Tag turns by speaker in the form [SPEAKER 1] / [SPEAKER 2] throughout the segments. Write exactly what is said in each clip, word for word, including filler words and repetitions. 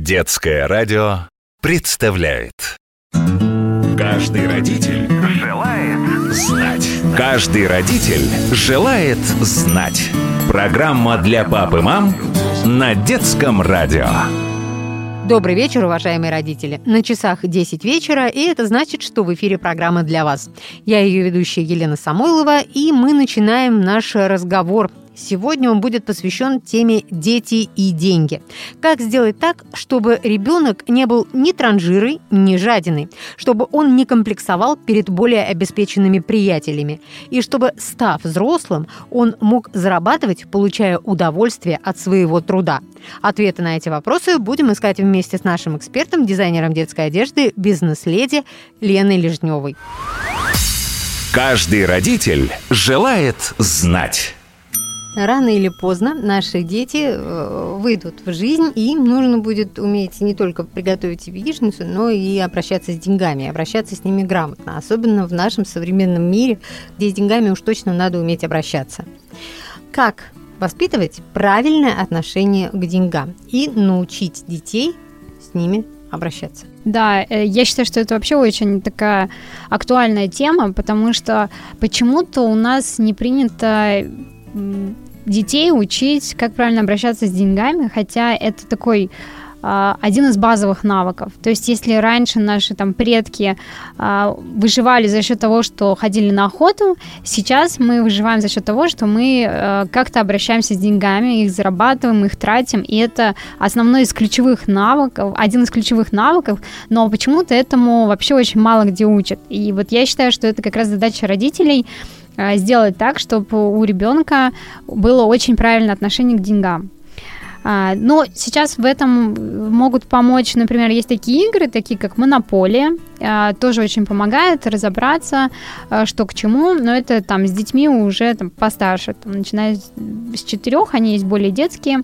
[SPEAKER 1] Детское радио представляет. Каждый родитель желает знать. Каждый родитель желает знать. Программа для пап и мам на Детском радио.
[SPEAKER 2] Добрый вечер, уважаемые родители. На часах десять вечера, и это значит, что в эфире программа для вас. Я ее ведущая Елена Самойлова, и мы начинаем наш разговор. Сегодня он будет посвящен теме «Дети и деньги». Как сделать так, чтобы ребенок не был ни транжирой, ни жадиной, чтобы он не комплексовал перед более обеспеченными приятелями, и чтобы, став взрослым, он мог зарабатывать, получая удовольствие от своего труда. Ответы на эти вопросы будем искать вместе с нашим экспертом, дизайнером детской одежды, бизнес-леди Леной Лежневой.
[SPEAKER 1] Каждый родитель желает знать.
[SPEAKER 2] Рано или поздно наши дети выйдут в жизнь, и им нужно будет уметь не только приготовить себе яичницу, но и обращаться с деньгами, обращаться с ними грамотно, особенно в нашем современном мире, где с деньгами уж точно надо уметь обращаться. Как воспитывать правильное отношение к деньгам и научить детей с ними обращаться?
[SPEAKER 3] Да, я считаю, что это вообще очень такая актуальная тема, потому что почему-то у нас не принято детей учить, как правильно обращаться с деньгами, хотя это такой а, один из базовых навыков. То есть если раньше наши там предки а, выживали за счет того, что ходили на охоту, сейчас мы выживаем за счет того, что мы а, как-то обращаемся с деньгами, их зарабатываем, их тратим, и это основной из ключевых навыков, один из ключевых навыков, но почему-то этому вообще очень мало где учат. И вот я считаю, что это как раз задача родителей — сделать так, чтобы у ребенка было очень правильное отношение к деньгам. Но сейчас в этом могут помочь, например, есть такие игры, такие как «Монополия», тоже очень помогает разобраться, что к чему, но это там с детьми уже там, постарше, там, начиная с четырех, они есть более детские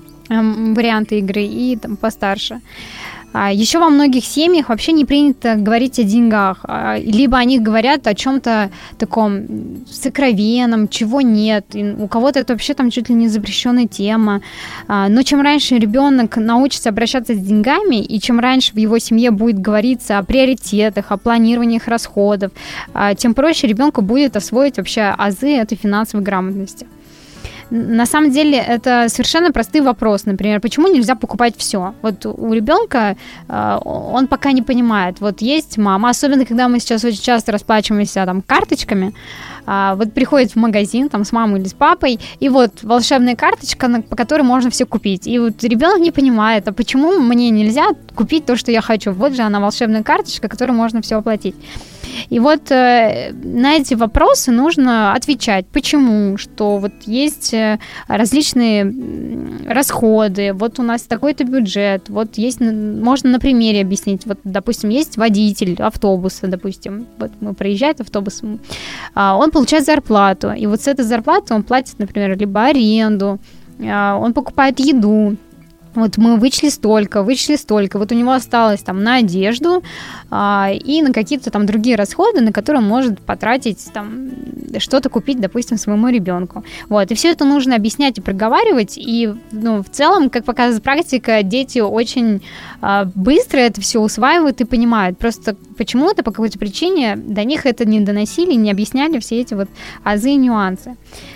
[SPEAKER 3] варианты игры и там, постарше. Еще во многих семьях вообще не принято говорить о деньгах, либо они говорят о чем-то таком сокровенном, чего нет, и у кого-то это вообще там чуть ли не запрещенная тема. Но чем раньше ребенок научится обращаться с деньгами, и чем раньше в его семье будет говориться о приоритетах, о планировании их расходов, тем проще ребенку будет освоить вообще азы этой финансовой грамотности. На самом деле это совершенно простой вопрос. Например, почему нельзя покупать все? Вот у ребенка э, он пока не понимает. Вот есть мама, особенно когда мы сейчас очень часто расплачиваемся там карточками. Э, вот приходит в магазин там с мамой или с папой, и вот волшебная карточка, по которой можно все купить. И вот ребенок не понимает, а почему мне нельзя купить то, что я хочу? Вот же она волшебная карточка, которой можно все оплатить. И вот э, на эти вопросы нужно отвечать. Почему? Что вот есть различные расходы, вот у нас такой-то бюджет, вот есть, можно на примере объяснить. Вот, допустим, есть водитель автобуса, допустим, вот мы проезжает автобус, он получает зарплату, и вот с этой зарплаты он платит, например, либо аренду, он покупает еду. Вот мы вычли столько, вычли столько, вот у него осталось там на одежду а, и на какие-то там другие расходы, на которые он может потратить там что-то купить, допустим, своему ребенку. Вот, и все это нужно объяснять и проговаривать, и ну, в целом, как показывает практика, дети очень а, быстро это все усваивают и понимают. Просто почему-то по какой-то причине до них это не доносили, не объясняли все эти вот азы и нюансы.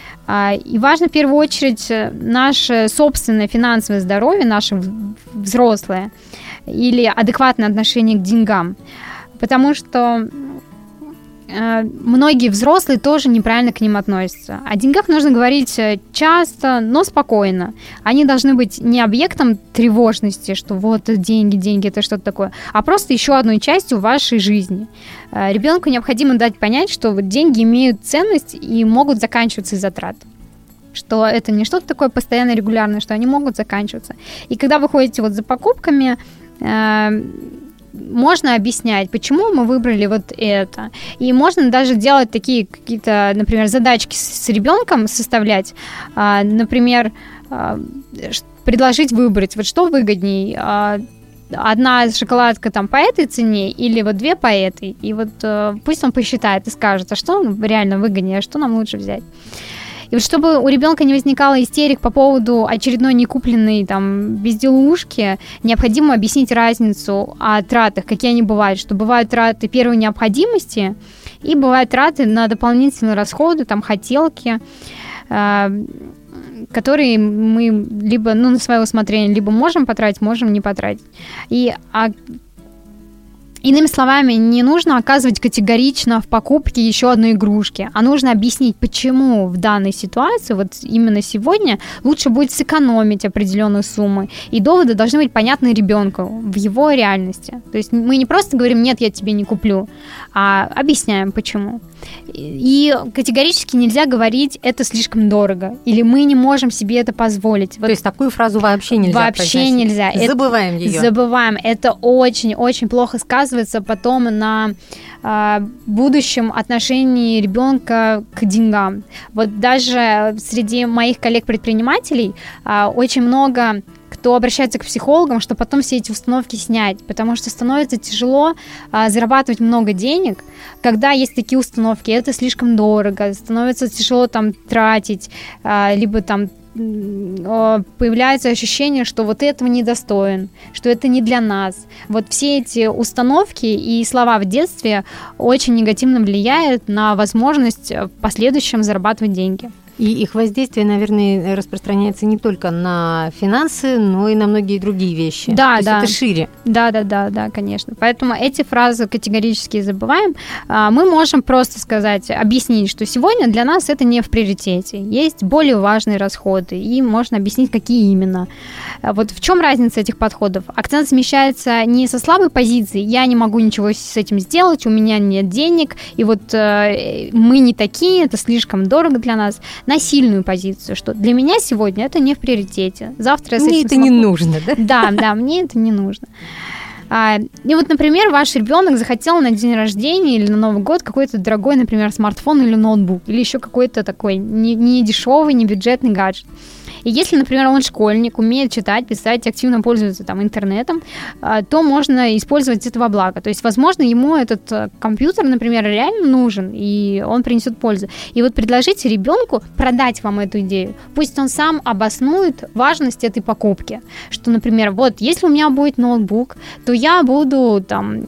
[SPEAKER 3] И важно в первую очередь наше собственное финансовое здоровье, наше взрослое или адекватное отношение к деньгам, потому что многие взрослые тоже неправильно к ним относятся. О деньгах нужно говорить часто, но спокойно. Они должны быть не объектом тревожности, что вот деньги, деньги, это что-то такое, а просто еще одной частью вашей жизни. Ребенку необходимо дать понять, что вот деньги имеют ценность и могут заканчиваться из-за трат. Что это не что-то такое постоянно регулярное, что они могут заканчиваться. И когда вы ходите вот за покупками, можно объяснять, почему мы выбрали вот это. И можно даже делать такие какие-то, например, задачки с ребенком составлять. Например, предложить выбрать, вот что выгодней, одна шоколадка там по этой цене или вот две по этой. И вот пусть он посчитает и скажет, а что реально выгоднее, а что нам лучше взять. И вот чтобы у ребенка не возникало истерик по поводу очередной некупленной там безделушки, необходимо объяснить разницу о тратах, какие они бывают, что бывают траты первой необходимости и бывают траты на дополнительные расходы, там хотелки, которые мы либо ну, на свое усмотрение либо можем потратить, можем не потратить. И а, иными словами, не нужно оказывать категорично в покупке еще одной игрушки, а нужно объяснить, почему в данной ситуации, вот именно сегодня, лучше будет сэкономить определенную сумму. И доводы должны быть понятны ребенку в его реальности. То есть мы не просто говорим «нет, я тебе не куплю», а объясняем, почему. И категорически нельзя говорить «это слишком дорого» или «мы не можем себе это позволить».
[SPEAKER 2] Вот. То есть такую фразу вообще нельзя
[SPEAKER 3] Вообще произносить. Нельзя.
[SPEAKER 2] Забываем
[SPEAKER 3] это,
[SPEAKER 2] ее.
[SPEAKER 3] Забываем. Это очень-очень плохо сказывается потом на э, будущем отношении ребенка к деньгам. Вот даже среди моих коллег-предпринимателей э, очень много кто обращается к психологам, чтобы потом все эти установки снять, потому что становится тяжело а, зарабатывать много денег, когда есть такие установки, это слишком дорого, становится тяжело там тратить, а, либо там появляется ощущение, что вот этого недостоин, что это не для нас. Вот все эти установки и слова в детстве очень негативно влияют на возможность в последующем зарабатывать деньги.
[SPEAKER 2] И их воздействие, наверное, распространяется не только на финансы, но и на многие другие вещи.
[SPEAKER 3] Да,
[SPEAKER 2] То
[SPEAKER 3] да.
[SPEAKER 2] есть это шире.
[SPEAKER 3] Да, да, да, да, конечно. Поэтому эти фразы категорически забываем. Мы можем просто сказать, объяснить, что сегодня для нас это не в приоритете. Есть более важные расходы, и можно объяснить, какие именно. Вот в чем разница этих подходов? Акцент смещается не со слабой позиции, я не могу ничего с этим сделать, у меня нет денег, и вот э, мы не такие, это слишком дорого для нас, на сильную позицию, что для меня сегодня это не в приоритете. Завтра я с
[SPEAKER 2] мне
[SPEAKER 3] этим
[SPEAKER 2] это
[SPEAKER 3] смогу.
[SPEAKER 2] не нужно, да?
[SPEAKER 3] Да, да, мне это не нужно. А, и вот, например, ваш ребенок захотел на день рождения или на Новый год какой-то дорогой, например, смартфон или ноутбук, или еще какой-то такой не, не дешевый, не бюджетный гаджет. И если, например, он школьник, умеет читать, писать, активно пользуется там интернетом, то можно использовать это во благо. То есть, возможно, ему этот компьютер, например, реально нужен, и он принесет пользу. И вот предложите ребенку продать вам эту идею. Пусть он сам обоснует важность этой покупки. Что, например, вот, если у меня будет ноутбук, то я буду там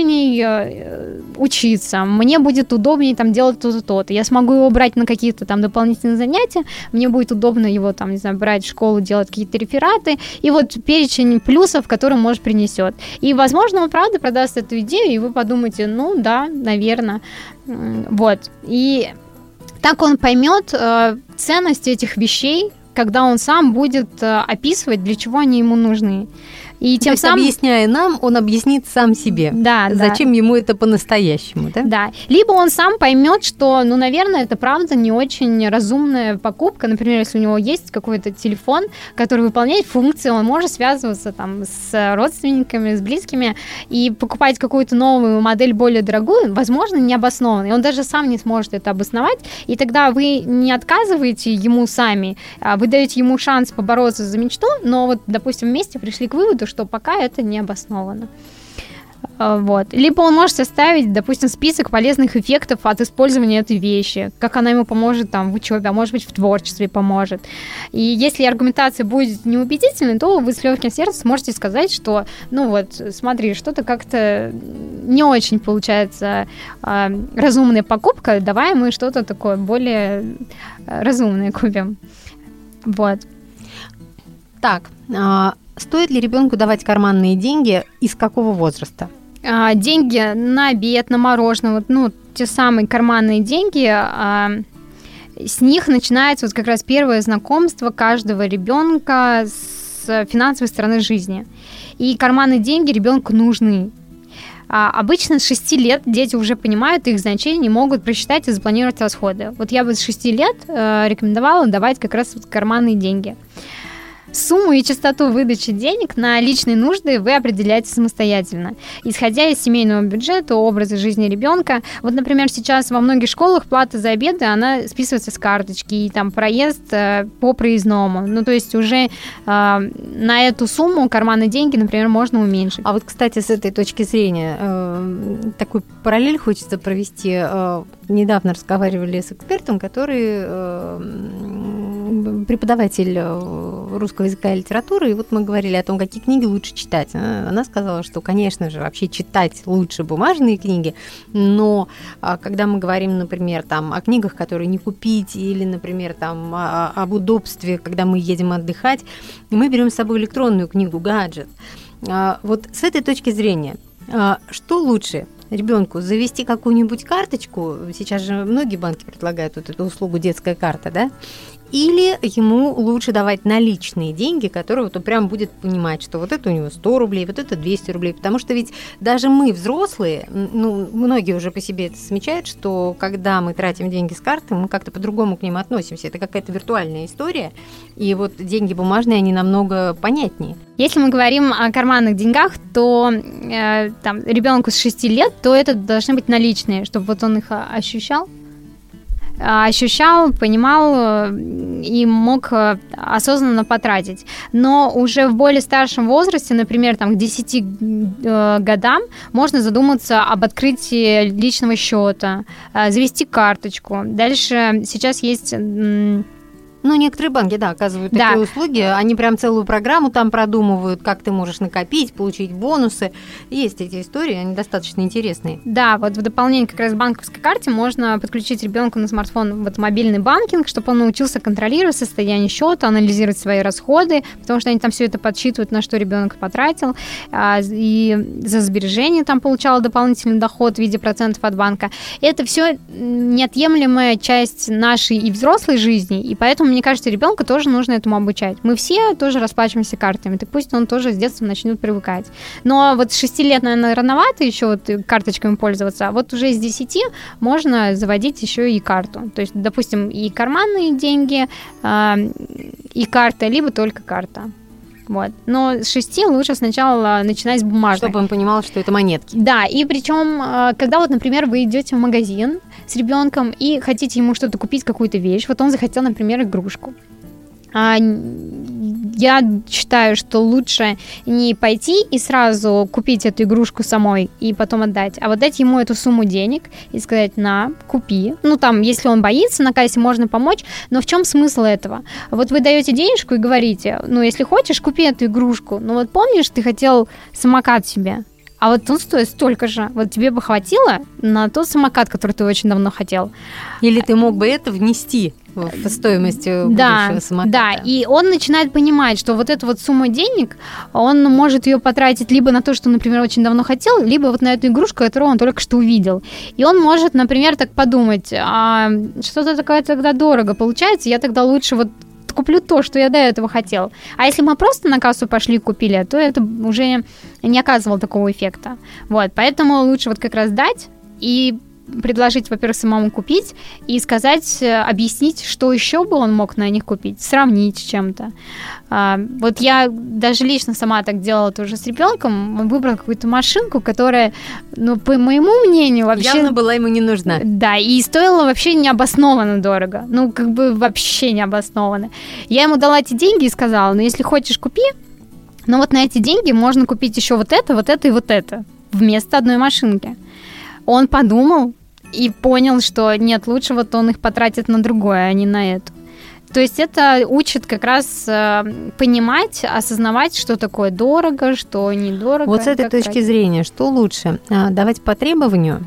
[SPEAKER 3] активнее учиться, мне будет удобнее там делать то-то, то-то. Я смогу его брать на какие-то там дополнительные занятия, мне будет удобно его там, не знаю, брать в школу, делать какие-то рефераты, и вот перечень плюсов, которые он, может, принесет. И, возможно, он правда продаст эту идею, и вы подумаете, ну да, наверное. Вот. И так он поймет э, ценность этих вещей, когда он сам будет э, описывать, для чего они ему нужны. И тем
[SPEAKER 2] То есть,
[SPEAKER 3] самым,
[SPEAKER 2] объясняя нам, он объяснит сам себе,
[SPEAKER 3] да,
[SPEAKER 2] зачем
[SPEAKER 3] да.
[SPEAKER 2] ему это по-настоящему, да?
[SPEAKER 3] Да. Либо он сам поймет, что, ну, наверное, это правда не очень разумная покупка. Например, если у него есть какой-то телефон, который выполняет функции, он может связываться там с родственниками, с близкими и покупать какую-то новую модель более дорогую, возможно, необоснованно. И он даже сам не сможет это обосновать. И тогда вы не отказываете ему сами, вы даете ему шанс побороться за мечту, но вот, допустим, вместе пришли к выводу, что пока это не обосновано. Вот. Либо он может составить, допустим, список полезных эффектов от использования этой вещи, как она ему поможет там в учебе, а может быть в творчестве поможет. И если аргументация будет неубедительной, то вы с легким сердцем сможете сказать, что, ну вот, смотри, что-то как-то не очень получается э, разумная покупка, давай мы что-то такое более разумное купим. Вот.
[SPEAKER 2] Так, а стоит ли ребенку давать карманные деньги и с какого возраста?
[SPEAKER 3] А, деньги на обед, на мороженое, вот, ну, те самые карманные деньги, а, с них начинается вот как раз первое знакомство каждого ребенка с финансовой стороны жизни. И карманные деньги ребенку нужны. А обычно с шести лет дети уже понимают их значение, могут просчитать и запланировать расходы. Вот я бы с шести лет э, рекомендовала давать как раз вот карманные деньги. Сумму и частоту выдачи денег на личные нужды вы определяете самостоятельно, исходя из семейного бюджета, образа жизни ребенка. Вот, например, сейчас во многих школах плата за обеды, она списывается с карточки, и там проезд э, по проездному. Ну, то есть уже э, на эту сумму карманные деньги, например, можно уменьшить.
[SPEAKER 2] А вот, кстати, с этой точки зрения, э, такой параллель хочется провести. Э, недавно разговаривали с экспертом, который э, преподаватель русского языка и литературы, и вот мы говорили о том, какие книги лучше читать. Она сказала, что, конечно же, вообще читать лучше бумажные книги, но когда мы говорим, например, там, о книгах, которые не купить, или, например, там, о, об удобстве, когда мы едем отдыхать, мы берем с собой электронную книгу, гаджет. Вот с этой точки зрения, что лучше? Ребенку завести какую-нибудь карточку, сейчас же многие банки предлагают вот эту услугу детская карта, да, или ему лучше давать наличные деньги, которые вот он прям будет понимать, что вот это у него сто рублей, вот это двести рублей, потому что ведь даже мы, взрослые, ну, многие уже по себе это замечают, что когда мы тратим деньги с карты, мы как-то по-другому к ним относимся, это какая-то виртуальная история, и вот деньги бумажные, они намного понятнее.
[SPEAKER 3] Если мы говорим о карманных деньгах, то э, там, ребенку с шести лет, то это должны быть наличные, чтобы вот он их ощущал. ощущал, понимал и мог осознанно потратить. Но уже в более старшем возрасте, например, там, к десяти годам, можно задуматься об открытии личного счета, завести карточку. Дальше сейчас есть...
[SPEAKER 2] Ну, некоторые банки, да, оказывают
[SPEAKER 3] да.
[SPEAKER 2] такие услуги. Они прям целую программу там продумывают, как ты можешь накопить, получить бонусы. Есть эти истории, они достаточно интересные.
[SPEAKER 3] Да, вот в дополнение как раз к банковской карте можно подключить ребенка на смартфон вот мобильный банкинг, чтобы он научился контролировать состояние счета, анализировать свои расходы, потому что они там все это подсчитывают, на что ребенок потратил, и за сбережение там получал дополнительный доход в виде процентов от банка. Это все неотъемлемая часть нашей и взрослой жизни, и поэтому мне кажется, ребенка тоже нужно этому обучать. Мы все тоже расплачиваемся картами, так пусть он тоже с детства начнет привыкать. Но вот с шести лет, наверное, рановато еще вот карточками пользоваться, а вот уже с десяти можно заводить еще и карту. То есть, допустим, и карманные деньги, и карта, либо только карта. Вот. Но с шести лучше сначала начинать с бумажной.
[SPEAKER 2] Чтобы он понимал, что это монетки.
[SPEAKER 3] Да, и причем, когда вот, например, вы идете в магазин с ребенком и хотите ему что-то купить, какую-то вещь, вот он захотел, например, игрушку. А я считаю, что лучше не пойти и сразу купить эту игрушку самой и потом отдать, а вот дать ему эту сумму денег и сказать: на, купи. Ну, там, если он боится, на кассе можно помочь, но в чем смысл этого? Вот вы даете денежку и говорите: ну, если хочешь, купи эту игрушку. Ну, вот помнишь, ты хотел самокат себе? А вот он стоит столько же. Вот тебе бы хватило на тот самокат, который ты очень давно хотел.
[SPEAKER 2] Или ты мог бы это внести в стоимость будущего
[SPEAKER 3] да,
[SPEAKER 2] самоката.
[SPEAKER 3] Да, и он начинает понимать, что вот эту вот сумму денег, он может ее потратить либо на то, что, например, очень давно хотел, либо вот на эту игрушку, которую он только что увидел. И он может, например, так подумать: а что-то такое тогда дорого получается, я тогда лучше вот куплю то, что я до этого хотел. А если мы просто на кассу пошли и купили, то это уже не оказывало такого эффекта. Вот, поэтому лучше вот как раз дать и предложить, во-первых, самому купить и сказать, объяснить, что еще бы он мог на них купить, сравнить с чем-то. А, вот я даже лично сама так делала тоже с ребенком, выбрала какую-то машинку, которая, ну, по моему мнению, вообще...
[SPEAKER 2] Явно была ему не нужна.
[SPEAKER 3] Да, и стоила вообще необоснованно дорого. Ну, как бы вообще необоснованно. Я ему дала эти деньги и сказала: ну, если хочешь, купи, но вот на эти деньги можно купить еще вот это, вот это и вот это вместо одной машинки. Он подумал и понял, что нет, лучше вот он их потратит на другое, а не на это. То есть это учит как раз э, понимать, осознавать, что такое дорого, что недорого.
[SPEAKER 2] Вот с этой точки
[SPEAKER 3] тратить.
[SPEAKER 2] зрения, что лучше? Давать по требованию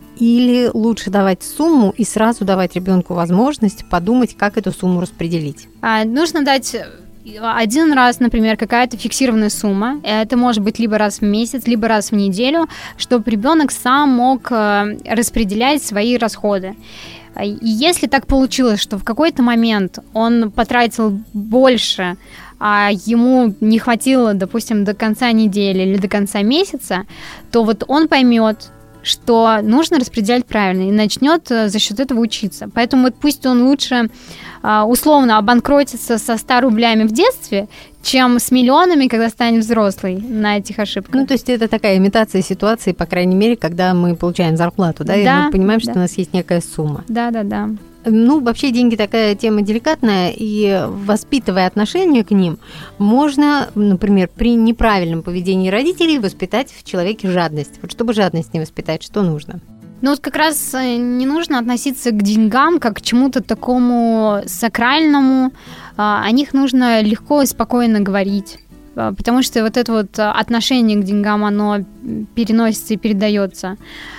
[SPEAKER 2] или лучше давать сумму и сразу давать ребенку возможность подумать, как эту сумму распределить?
[SPEAKER 3] А, нужно дать... Один раз, например, какая-то фиксированная сумма, это может быть либо раз в месяц, либо раз в неделю, чтобы ребенок сам мог распределять свои расходы. И если так получилось, что в какой-то момент он потратил больше, а ему не хватило, допустим, до конца недели или до конца месяца, то вот он поймет, что нужно распределять правильно и начнет за счет этого учиться. Поэтому вот пусть он лучше условно обанкротится со ста рублями в детстве, чем с миллионами, когда станет взрослый на этих ошибках.
[SPEAKER 2] Ну, то есть это такая имитация ситуации, по крайней мере, когда мы получаем зарплату, да,
[SPEAKER 3] да
[SPEAKER 2] и мы понимаем,
[SPEAKER 3] да.
[SPEAKER 2] что у нас есть некая сумма.
[SPEAKER 3] Да-да-да.
[SPEAKER 2] Ну, вообще деньги такая тема деликатная, и воспитывая отношение к ним, можно, например, при неправильном поведении родителей воспитать в человеке жадность. Вот чтобы жадность не воспитать, что нужно?
[SPEAKER 3] Ну вот как раз не нужно относиться к деньгам как к чему-то такому сакральному. О них нужно легко и спокойно говорить, потому что вот это вот отношение к деньгам, оно переносится и передается.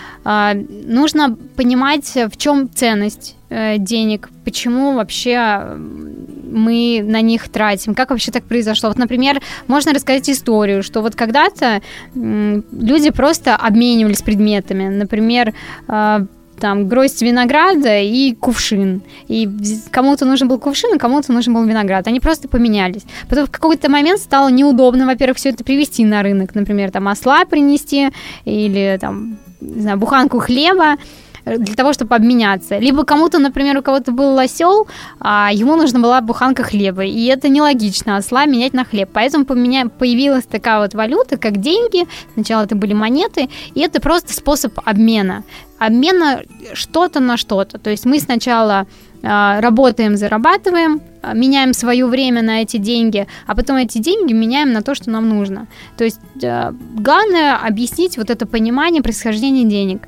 [SPEAKER 3] Нужно понимать, в чем ценность денег, почему вообще мы на них тратим, как вообще так произошло. Вот, например, можно рассказать историю, что вот когда-то люди просто обменивались предметами. Например, там гроздь винограда и кувшин. И кому-то нужен был кувшин, а кому-то нужен был виноград. Они просто поменялись. Потом в какой-то момент стало неудобно, во-первых, все это привезти на рынок. Например, там осла принести или там, не знаю, буханку хлеба для того, чтобы обменяться. Либо кому-то, например, у кого-то был осел, а ему нужна была буханка хлеба. И это нелогично, осла менять на хлеб. Поэтому поменя... появилась такая вот валюта, как деньги. Сначала это были монеты, и это просто способ обмена. Обмена что-то на что-то. То есть мы сначала э, работаем, зарабатываем, меняем свое время на эти деньги, а потом эти деньги меняем на то, что нам нужно. То есть э, главное объяснить вот это понимание происхождения денег.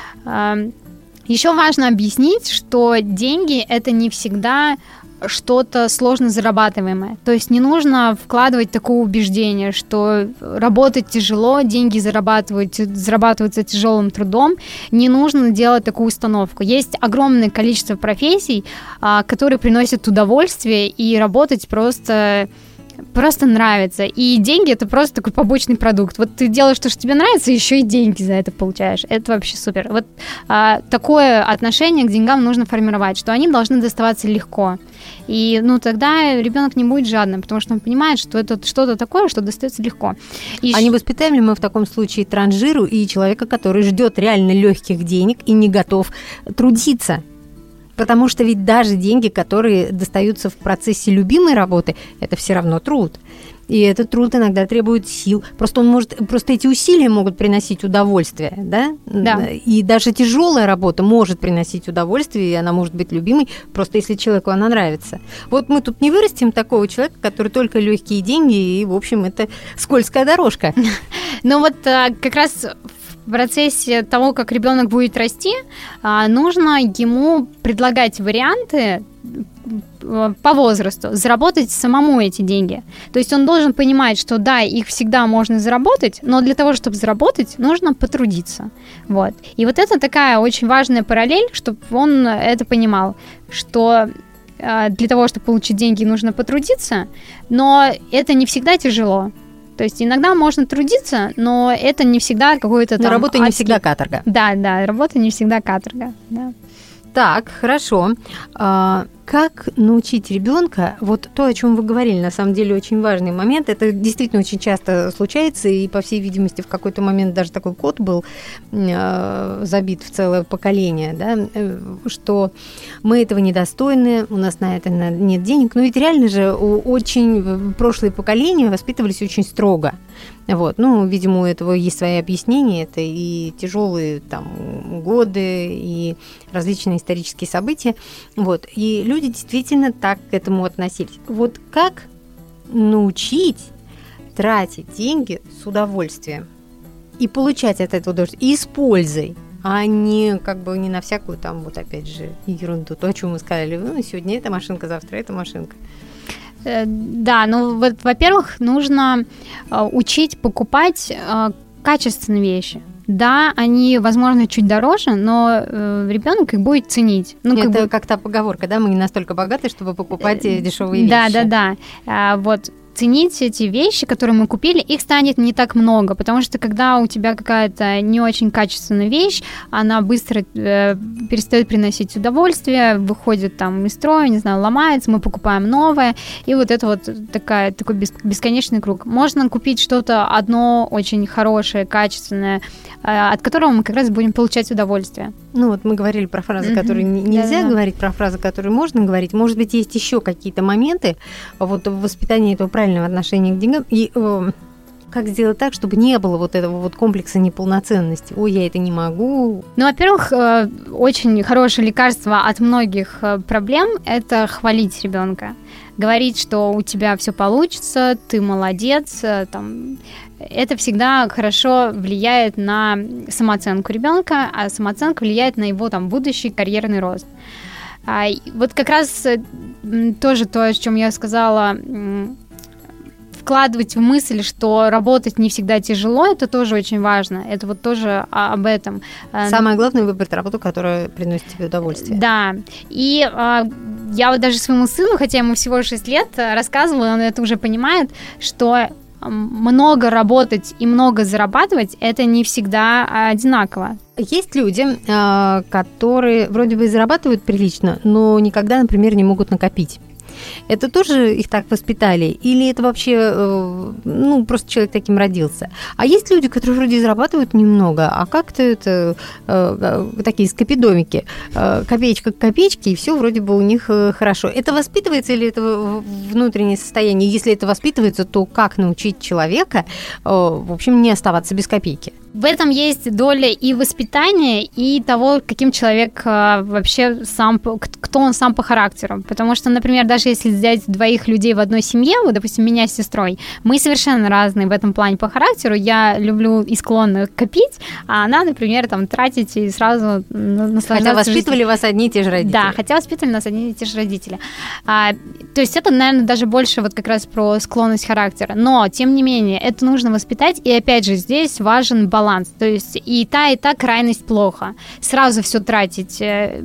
[SPEAKER 3] Э, Еще важно объяснить, что деньги – это не всегда что-то сложно зарабатываемое. То есть не нужно вкладывать такое убеждение, что работать тяжело, деньги зарабатывать, зарабатываются тяжелым трудом. Не нужно делать такую установку. Есть огромное количество профессий, которые приносят удовольствие, и работать просто... просто нравится. И деньги – это просто такой побочный продукт. Вот ты делаешь то, что тебе нравится, и еще и деньги за это получаешь. Это вообще супер. Вот а, такое отношение к деньгам нужно формировать, что они должны доставаться легко. И ну, тогда ребенок не будет жадным, потому что он понимает, что это что-то такое, что достается легко. И
[SPEAKER 2] а ш... не воспитаем ли мы в таком случае транжиру и человека, который ждет реально легких денег и не готов трудиться? Потому что ведь даже деньги, которые достаются в процессе любимой работы, это все равно труд. И этот труд иногда требует сил. Просто он может, просто эти усилия могут приносить удовольствие, да?
[SPEAKER 3] Да.
[SPEAKER 2] И даже тяжелая работа может приносить удовольствие, и она может быть любимой, просто если человеку она нравится. Вот мы тут не вырастим такого человека, который только легкие деньги, и, в общем, это скользкая дорожка.
[SPEAKER 3] Ну вот как раз... В процессе того, как ребенок будет расти, нужно ему предлагать варианты по возрасту, заработать самому эти деньги. То есть он должен понимать, что да, их всегда можно заработать, но для того, чтобы заработать, нужно потрудиться. Вот. И вот это такая очень важная параллель, чтобы он это понимал, что для того, чтобы получить деньги, нужно потрудиться, но это не всегда тяжело. То есть иногда можно трудиться, но это не всегда какой-то там...
[SPEAKER 2] Но работа
[SPEAKER 3] адский...
[SPEAKER 2] не всегда каторга.
[SPEAKER 3] Да, да, работа не всегда каторга, да.
[SPEAKER 2] Так, хорошо. А, как научить ребенка, вот то, о чем вы говорили, на самом деле очень важный момент, это действительно очень часто случается, и, по всей видимости, в какой-то момент даже такой код был э, забит в целое поколение, да, э, что мы этого недостойны, у нас на это нет денег, но ведь реально же очень прошлые поколения воспитывались очень строго. Вот. Ну, видимо, у этого есть свои объяснения, это и тяжелые там годы, и различные исторические события, вот, и люди действительно так к этому относились. Вот как научить тратить деньги с удовольствием и получать от этого удовольствие, и с пользой, а не как бы не на всякую там вот опять же ерунду, то, о чем мы сказали, ну, сегодня эта машинка, завтра эта машинка.
[SPEAKER 3] Да, ну вот, во-первых, нужно учить покупать качественные вещи. Да, они, возможно, чуть дороже, но э, ребенок их будет ценить. Ну,
[SPEAKER 2] это
[SPEAKER 3] как бы...
[SPEAKER 2] как та поговорка, да, мы не настолько богаты, чтобы покупать дешевые
[SPEAKER 3] да,
[SPEAKER 2] вещи.
[SPEAKER 3] Да, да, да. А, вот ценить эти вещи, которые мы купили, их станет не так много, потому что когда у тебя какая-то не очень качественная вещь, она быстро э, перестает приносить удовольствие, выходит там из строя, не знаю, ломается, мы покупаем новое, и вот это вот такая, такой бесконечный круг. Можно купить что-то одно очень хорошее, качественное, э, от которого мы как раз будем получать удовольствие.
[SPEAKER 2] Ну вот мы говорили про фразы, mm-hmm. которые нельзя Да-да-да. говорить, про фразы, которые можно говорить. Может быть, есть еще какие-то моменты вот в воспитании этого правильного отношения к деньгам, и э, как сделать так, чтобы не было вот этого вот комплекса неполноценности. Ой, я это не могу.
[SPEAKER 3] Ну, во-первых, э, очень хорошее лекарство от многих э, проблем – это хвалить ребенка. Говорить, что у тебя все получится, ты молодец, э, там, это всегда хорошо влияет на самооценку ребенка, а самооценка влияет на его там будущий карьерный рост. А, вот как раз тоже то, о чем я сказала, вкладывать в мысль, что работать не всегда тяжело, это тоже очень важно. Это вот тоже об этом.
[SPEAKER 2] Самое главное — выбрать работу, которая приносит тебе удовольствие.
[SPEAKER 3] Да. И а, я вот даже своему сыну, хотя ему всего шесть лет, рассказывала, он это уже понимает, что много работать и много зарабатывать – это не всегда одинаково.
[SPEAKER 2] Есть люди, которые вроде бы и зарабатывают прилично, но никогда, например, не могут накопить. Это тоже их так воспитали? Или это вообще, ну, просто человек таким родился? А есть люди, которые вроде зарабатывают немного, а как-то это такие скопидомики, копеечка к копеечке, и все вроде бы у них хорошо. Это воспитывается или это внутреннее состояние? Если это воспитывается, то как научить человека, в общем, не оставаться без копейки?
[SPEAKER 3] В этом есть доля и воспитания, и того, каким человек вообще сам, кто он сам по характеру. Потому что, например, даже если взять двоих людей в одной семье, вот, допустим, меня с сестрой, мы совершенно разные в этом плане по характеру. Я люблю и склонна копить, а она, например, там, тратить и сразу наслаждаться.
[SPEAKER 2] Хотя воспитывали жизнью. Вас одни и те же родители.
[SPEAKER 3] Да, хотя воспитывали нас одни и те же родители. А, то есть это, наверное, даже больше вот как раз про склонность характера. Но, тем не менее, это нужно воспитать, и опять же, здесь важен баланс. Баланс, то есть и та, и та крайность плохо. Сразу все тратить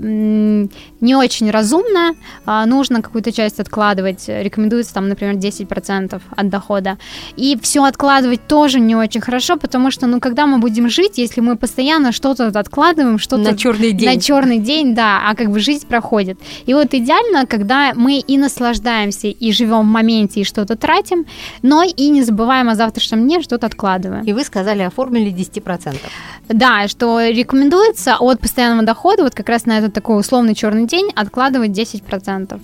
[SPEAKER 3] не очень разумно, нужно какую-то часть откладывать, рекомендуется там, например, десять процентов от дохода. И все откладывать тоже не очень хорошо, потому что, ну, когда мы будем жить, если мы постоянно что-то откладываем, что-то
[SPEAKER 2] на черный день,
[SPEAKER 3] на черный день, да, а как бы жизнь проходит. И вот идеально, когда мы и наслаждаемся, и живем в моменте, и что-то тратим, но и не забываем о завтрашнем дне, что-то откладываем.
[SPEAKER 2] И вы сказали, оформили десять процентов.
[SPEAKER 3] Да, что рекомендуется от постоянного дохода вот как раз на этот такой условный черный день откладывать десять процентов.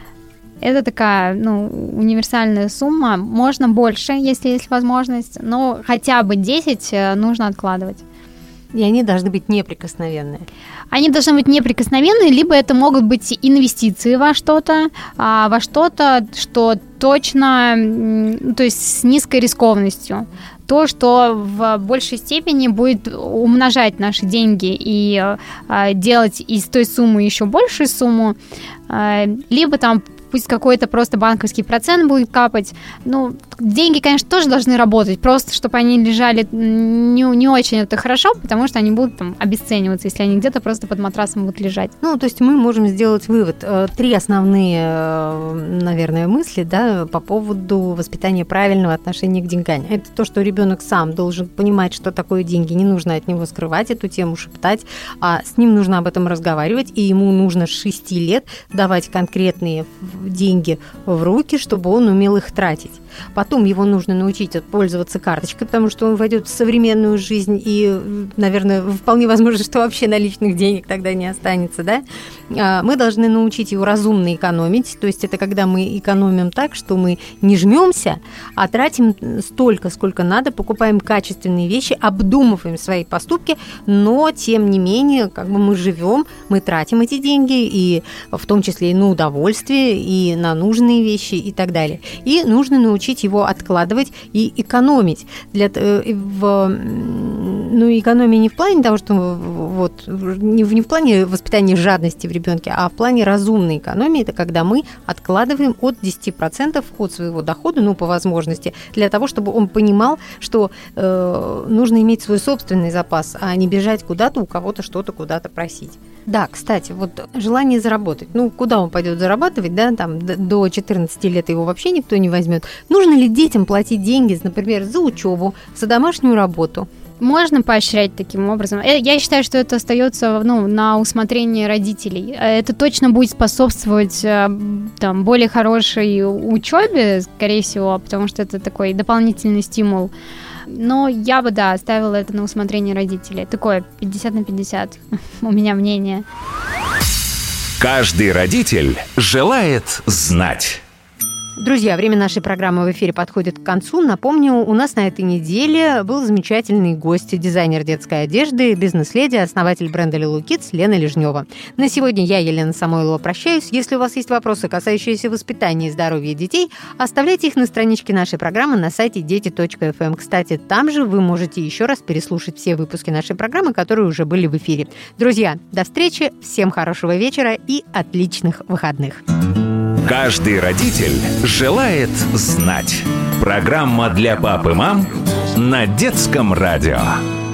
[SPEAKER 3] Это такая, ну, универсальная сумма. Можно больше, если есть возможность, но хотя бы десять нужно откладывать.
[SPEAKER 2] И они должны быть неприкосновенные.
[SPEAKER 3] Они должны быть неприкосновенные, либо это могут быть инвестиции во что-то, а во что-то, что точно, то есть с низкой рискованностью. То, что в большей степени будет умножать наши деньги и э, делать из той суммы еще большую сумму, э, либо там пусть какой-то просто банковский процент будет капать. Ну, деньги, конечно, тоже должны работать, просто чтобы они лежали не, не очень это хорошо, потому что они будут там обесцениваться, если они где-то просто под матрасом будут лежать.
[SPEAKER 2] Ну, то есть мы можем сделать вывод. Три основные, наверное, мысли, да, по поводу воспитания правильного отношения к деньгам. Это то, что ребенок сам должен понимать, что такое деньги, не нужно от него скрывать эту тему, шептать, а с ним нужно об этом разговаривать, и ему нужно с шести лет давать конкретные деньги в руки, чтобы он умел их тратить. Потом его нужно научить пользоваться карточкой, потому что он войдет в современную жизнь, и, наверное, вполне возможно, что вообще наличных денег тогда не останется, да? Мы должны научить его разумно экономить, то есть это когда мы экономим так, что мы не жмемся, а тратим столько, сколько надо, покупаем качественные вещи, обдумываем свои поступки, но, тем не менее, как бы мы живем, мы тратим эти деньги, и в том числе и на удовольствие, и на нужные вещи, и так далее. И нужно научить его откладывать и экономить. Для, в, Ну, экономия не в плане того, что вот не в, не в плане воспитания жадности в ребенке, а в плане разумной экономии. Это когда мы откладываем от десять процентов от своего дохода, ну, по возможности, для того, чтобы он понимал, что э, нужно иметь свой собственный запас, а не бежать куда-то у кого-то что-то куда-то просить. Да, кстати, вот желание заработать. Ну, куда он пойдет зарабатывать, да, там до четырнадцати лет его вообще никто не возьмет. Нужно ли детям платить деньги, например, за учебу, за домашнюю работу?
[SPEAKER 3] Можно поощрять таким образом. Я считаю, что это остается, ну, на усмотрение родителей. Это точно будет способствовать там, более хорошей учебе, скорее всего, потому что это такой дополнительный стимул. Но я бы, да, оставила это на усмотрение родителей. Такое пятьдесят на пятьдесят у меня мнение.
[SPEAKER 1] Каждый родитель желает знать.
[SPEAKER 2] Друзья, время нашей программы в эфире подходит к концу. Напомню, у нас на этой неделе был замечательный гость, дизайнер детской одежды, бизнес-леди, основатель бренда Лилу Кидс Лена Лежнева. На сегодня я, Елена Самойлова, прощаюсь. Если у вас есть вопросы, касающиеся воспитания и здоровья детей, оставляйте их на страничке нашей программы на сайте дети точка эф эм. Кстати, там же вы можете еще раз переслушать все выпуски нашей программы, которые уже были в эфире. Друзья, до встречи, всем хорошего вечера и отличных выходных.
[SPEAKER 1] Каждый родитель желает знать. Программа для пап и мам на детском радио.